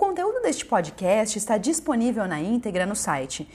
conteúdo deste podcast está disponível na íntegra no site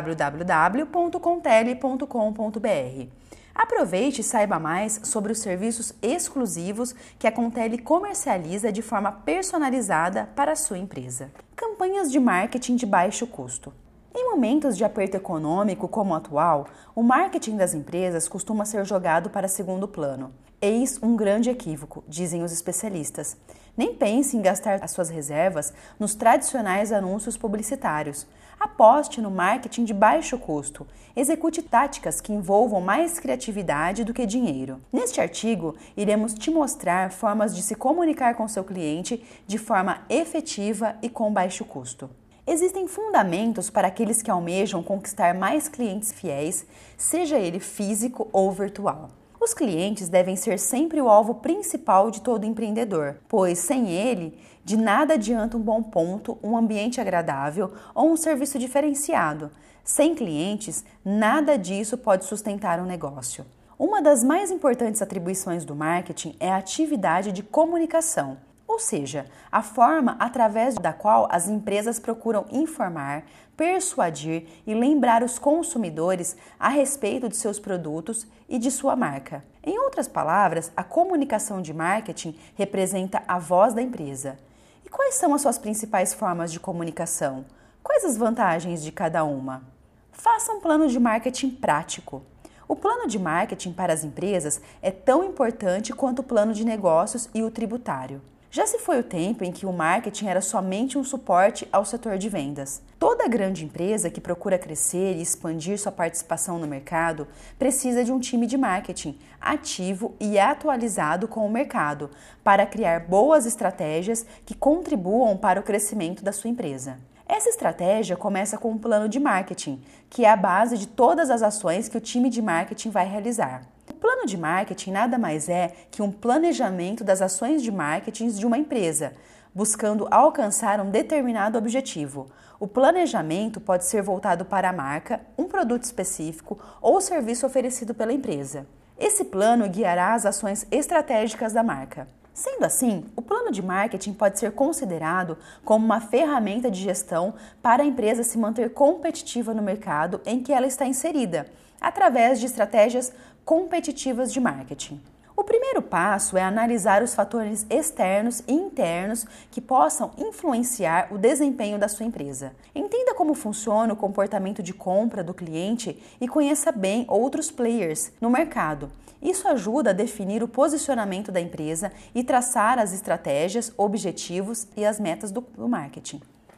www.contele.com.br. Aproveite e saiba mais sobre os serviços exclusivos que a Contele comercializa de forma personalizada para a sua empresa. Campanhas de marketing de baixo custo. Em momentos de aperto econômico como o atual, o marketing das empresas costuma ser jogado para segundo plano. Eis um grande equívoco, dizem os especialistas. Nem pense em gastar as suas reservas nos tradicionais anúncios publicitários. Aposte no marketing de baixo custo. Execute táticas que envolvam mais criatividade do que dinheiro. Neste artigo, iremos te mostrar formas de se comunicar com seu cliente de forma efetiva e com baixo custo. Existem fundamentos para aqueles que almejam conquistar mais clientes fiéis, seja ele físico ou virtual. Os clientes devem ser sempre o alvo principal de todo empreendedor, pois sem ele, de nada adianta um bom ponto, um ambiente agradável ou um serviço diferenciado. Sem clientes, nada disso pode sustentar um negócio. Uma das mais importantes atribuições do marketing é a atividade de comunicação, ou seja, a forma através da qual as empresas procuram informar, persuadir e lembrar os consumidores a respeito de seus produtos e de sua marca. Em outras palavras, a comunicação de marketing representa a voz da empresa. E quais são as suas principais formas de comunicação? Quais as vantagens de cada uma? Faça um plano de marketing prático. O plano de marketing para as empresas é tão importante quanto o plano de negócios e o tributário. Já se foi o tempo em que o marketing era somente um suporte ao setor de vendas. Toda grande empresa que procura crescer e expandir sua participação no mercado precisa de um time de marketing ativo e atualizado com o mercado para criar boas estratégias que contribuam para o crescimento da sua empresa. Essa estratégia começa com um plano de marketing, que é a base de todas as ações que o time de marketing vai realizar. O plano de marketing nada mais é que um planejamento das ações de marketing de uma empresa, buscando alcançar um determinado objetivo. O planejamento pode ser voltado para a marca, um produto específico ou serviço oferecido pela empresa. Esse plano guiará as ações estratégicas da marca. Sendo assim, o plano de marketing pode ser considerado como uma ferramenta de gestão para a empresa se manter competitiva no mercado em que ela está inserida, através de estratégias competitivas de marketing. O primeiro passo é analisar os fatores externos e internos que possam influenciar o desempenho da sua empresa. Entenda como funciona o comportamento de compra do cliente e conheça bem outros players no mercado. Isso ajuda a definir o posicionamento da empresa e traçar as estratégias, objetivos e as metas do marketing.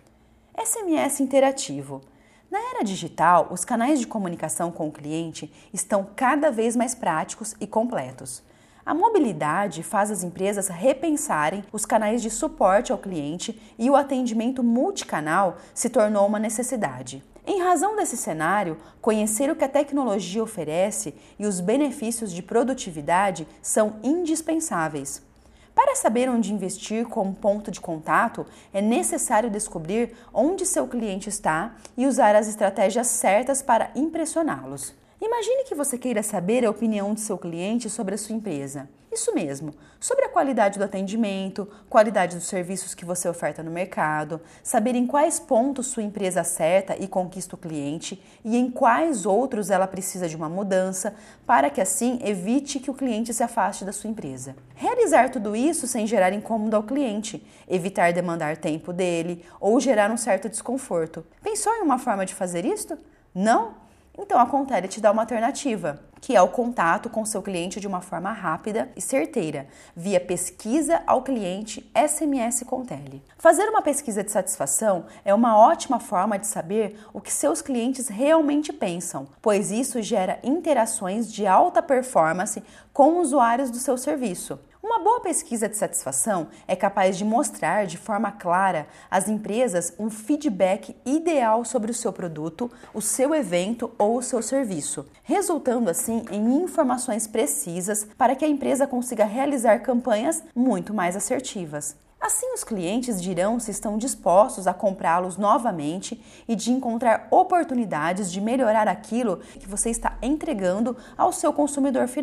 SMS interativo. Na era digital, os canais de comunicação com o cliente estão cada vez mais práticos e completos. A mobilidade faz as empresas repensarem os canais de suporte ao cliente e o atendimento multicanal se tornou uma necessidade. Em razão desse cenário, conhecer o que a tecnologia oferece e os benefícios de produtividade são indispensáveis. Para saber onde investir como ponto de contato, é necessário descobrir onde seu cliente está e usar as estratégias certas para impressioná-los. Imagine que você queira saber a opinião de seu cliente sobre a sua empresa. Isso mesmo, sobre a qualidade do atendimento, qualidade dos serviços que você oferta no mercado, saber em quais pontos sua empresa acerta e conquista o cliente e em quais outros ela precisa de uma mudança, para que assim evite que o cliente se afaste da sua empresa. Realizar tudo isso sem gerar incômodo ao cliente, evitar demandar tempo dele ou gerar um certo desconforto. Pensou em uma forma de fazer isto? Não? Então a Contele te dá uma alternativa, que é o contato com seu cliente de uma forma rápida e certeira, via pesquisa ao cliente SMS Contele. Fazer uma pesquisa de satisfação é uma ótima forma de saber o que seus clientes realmente pensam, pois isso gera interações de alta performance com usuários do seu serviço. Uma boa pesquisa de satisfação é capaz de mostrar de forma clara às empresas um feedback ideal sobre o seu produto, o seu evento ou o seu serviço, resultando assim em informações precisas para que a empresa consiga realizar campanhas muito mais assertivas. Assim, os clientes dirão se estão dispostos a comprá-los novamente e de encontrar oportunidades de melhorar aquilo que você está entregando ao seu consumidor final.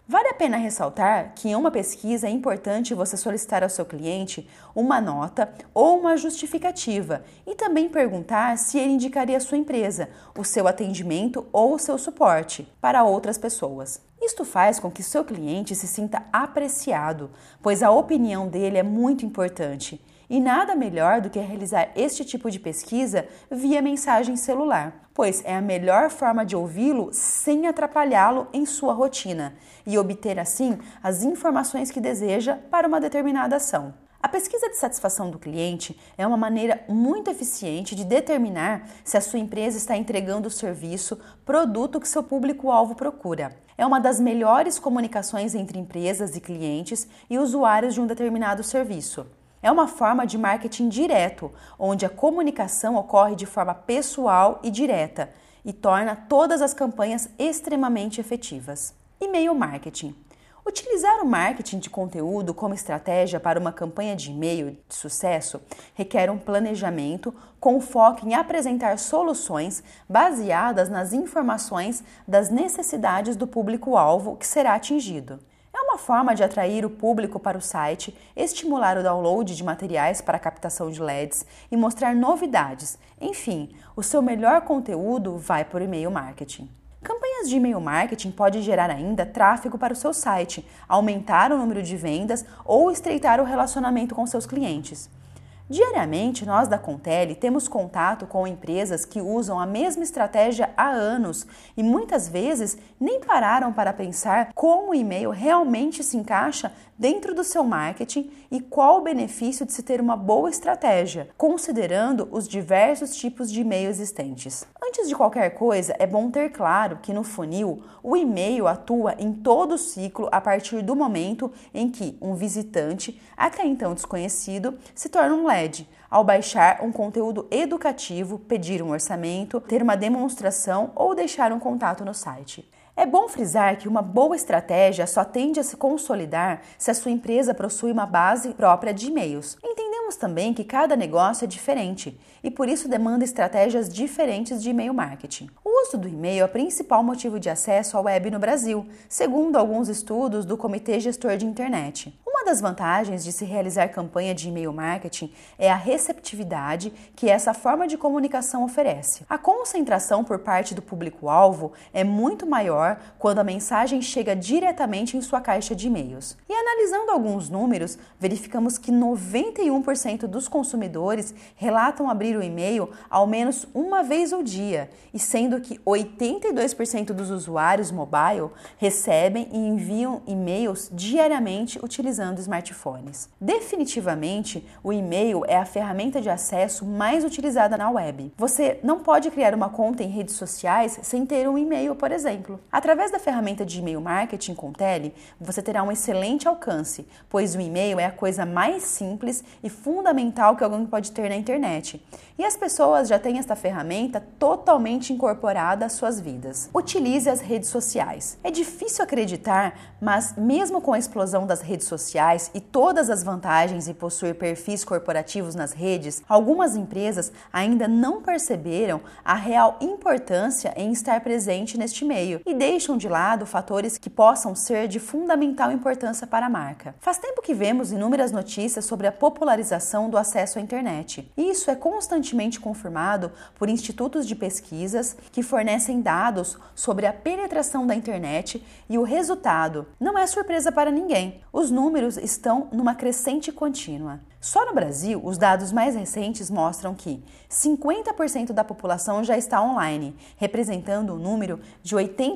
Vale a pena ressaltar que em uma pesquisa é importante você solicitar ao seu cliente uma nota ou uma justificativa e também perguntar se ele indicaria a sua empresa, o seu atendimento ou o seu suporte para outras pessoas. Isto faz com que seu cliente se sinta apreciado, pois a opinião dele é muito importante. E nada melhor do que realizar este tipo de pesquisa via mensagem celular, pois é a melhor forma de ouvi-lo sem atrapalhá-lo em sua rotina e obter assim as informações que deseja para uma determinada ação. A pesquisa de satisfação do cliente é uma maneira muito eficiente de determinar se a sua empresa está entregando o serviço, produto que seu público-alvo procura. É uma das melhores comunicações entre empresas e clientes e usuários de um determinado serviço. É uma forma de marketing direto, onde a comunicação ocorre de forma pessoal e direta e torna todas as campanhas extremamente efetivas. E-mail marketing. Utilizar o marketing de conteúdo como estratégia para uma campanha de e-mail de sucesso requer um planejamento com foco em apresentar soluções baseadas nas informações das necessidades do público-alvo que será atingido. É uma forma de atrair o público para o site, estimular o download de materiais para a captação de leads e mostrar novidades. Enfim, o seu melhor conteúdo vai por e-mail marketing. Campanhas de e-mail marketing podem gerar ainda tráfego para o seu site, aumentar o número de vendas ou estreitar o relacionamento com seus clientes. Diariamente, nós da Contele temos contato com empresas que usam a mesma estratégia há anos e muitas vezes nem pararam para pensar como o e-mail realmente se encaixa dentro do seu marketing e qual o benefício de se ter uma boa estratégia, considerando os diversos tipos de e-mail existentes. Antes de qualquer coisa, é bom ter claro que no funil, o e-mail atua em todo o ciclo a partir do momento em que um visitante, até então desconhecido, se torna um lead, ao baixar um conteúdo educativo, pedir um orçamento, ter uma demonstração ou deixar um contato no site. É bom frisar que uma boa estratégia só tende a se consolidar se a sua empresa possui uma base própria de e-mails. Entendemos também que cada negócio é diferente e por isso demanda estratégias diferentes de e-mail marketing. O uso do e-mail é o principal motivo de acesso à web no Brasil, segundo alguns estudos do Comitê Gestor de Internet. Uma das vantagens de se realizar campanha de e-mail marketing é a receptividade que essa forma de comunicação oferece. A concentração por parte do público-alvo é muito maior quando a mensagem chega diretamente em sua caixa de e-mails. E analisando alguns números, verificamos que 91% dos consumidores relatam abrir o e-mail ao menos uma vez ao dia, e sendo que 82% dos usuários mobile recebem e enviam e-mails diariamente utilizando smartphones. Definitivamente, o e-mail é a ferramenta de acesso mais utilizada na web. Você não pode criar uma conta em redes sociais sem ter um e-mail, por exemplo. Através da ferramenta de e-mail marketing Contele, você terá um excelente alcance, pois o e-mail é a coisa mais simples e fundamental que alguém pode ter na internet. E as pessoas já têm esta ferramenta totalmente incorporada às suas vidas. Utilize as redes sociais. É difícil acreditar, mas mesmo com a explosão das redes sociais e todas as vantagens em possuir perfis corporativos nas redes, algumas empresas ainda não perceberam a real importância em estar presente neste meio e deixam de lado fatores que possam ser de fundamental importância para a marca. Faz tempo que vemos inúmeras notícias sobre a popularização do acesso à internet. E isso é constantemente confirmado por institutos de pesquisas que fornecem dados sobre a penetração da internet e o resultado não é surpresa para ninguém. Os números estão numa crescente contínua. Só no Brasil, os dados mais recentes mostram que 50% da população já está online, representando um número de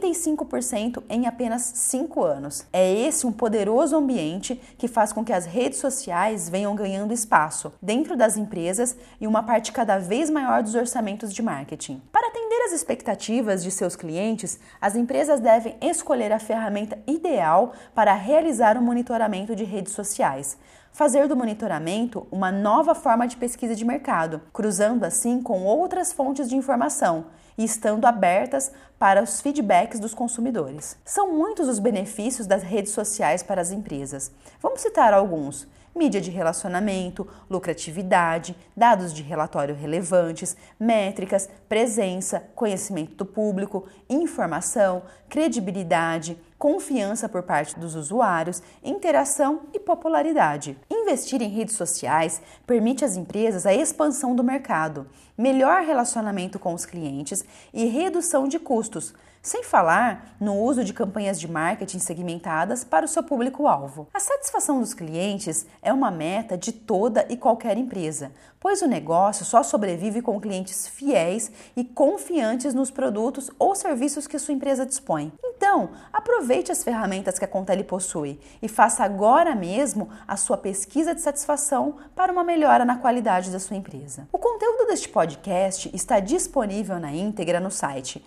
85% em apenas 5 anos. É esse um poderoso ambiente que faz com que as redes sociais venham ganhando espaço dentro das empresas e uma parte cada vez maior dos orçamentos de marketing. Para atender às expectativas de seus clientes, as empresas devem escolher a ferramenta ideal para realizar o monitoramento de redes sociais. Fazer do monitoramento uma nova forma de pesquisa de mercado, cruzando assim com outras fontes de informação e estando abertas para os feedbacks dos consumidores. São muitos os benefícios das redes sociais para as empresas. Vamos citar alguns: mídia de relacionamento, lucratividade, dados de relatório relevantes, métricas, presença, conhecimento do público, informação, credibilidade, confiança por parte dos usuários, interação e popularidade. Investir em redes sociais permite às empresas a expansão do mercado, melhor relacionamento com os clientes e redução de custos, sem falar no uso de campanhas de marketing segmentadas para o seu público-alvo. A satisfação dos clientes é uma meta de toda e qualquer empresa, pois o negócio só sobrevive com clientes fiéis e confiantes nos produtos ou serviços que sua empresa dispõe. Então, aproveite as ferramentas que a Contele possui e faça agora mesmo a sua pesquisa de satisfação para uma melhora na qualidade da sua empresa. O conteúdo deste podcast está disponível na íntegra no site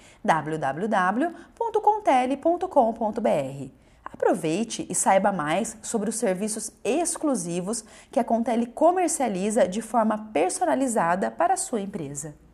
www.contele.com.br. Aproveite e saiba mais sobre os serviços exclusivos que a Contele comercializa de forma personalizada para a sua empresa.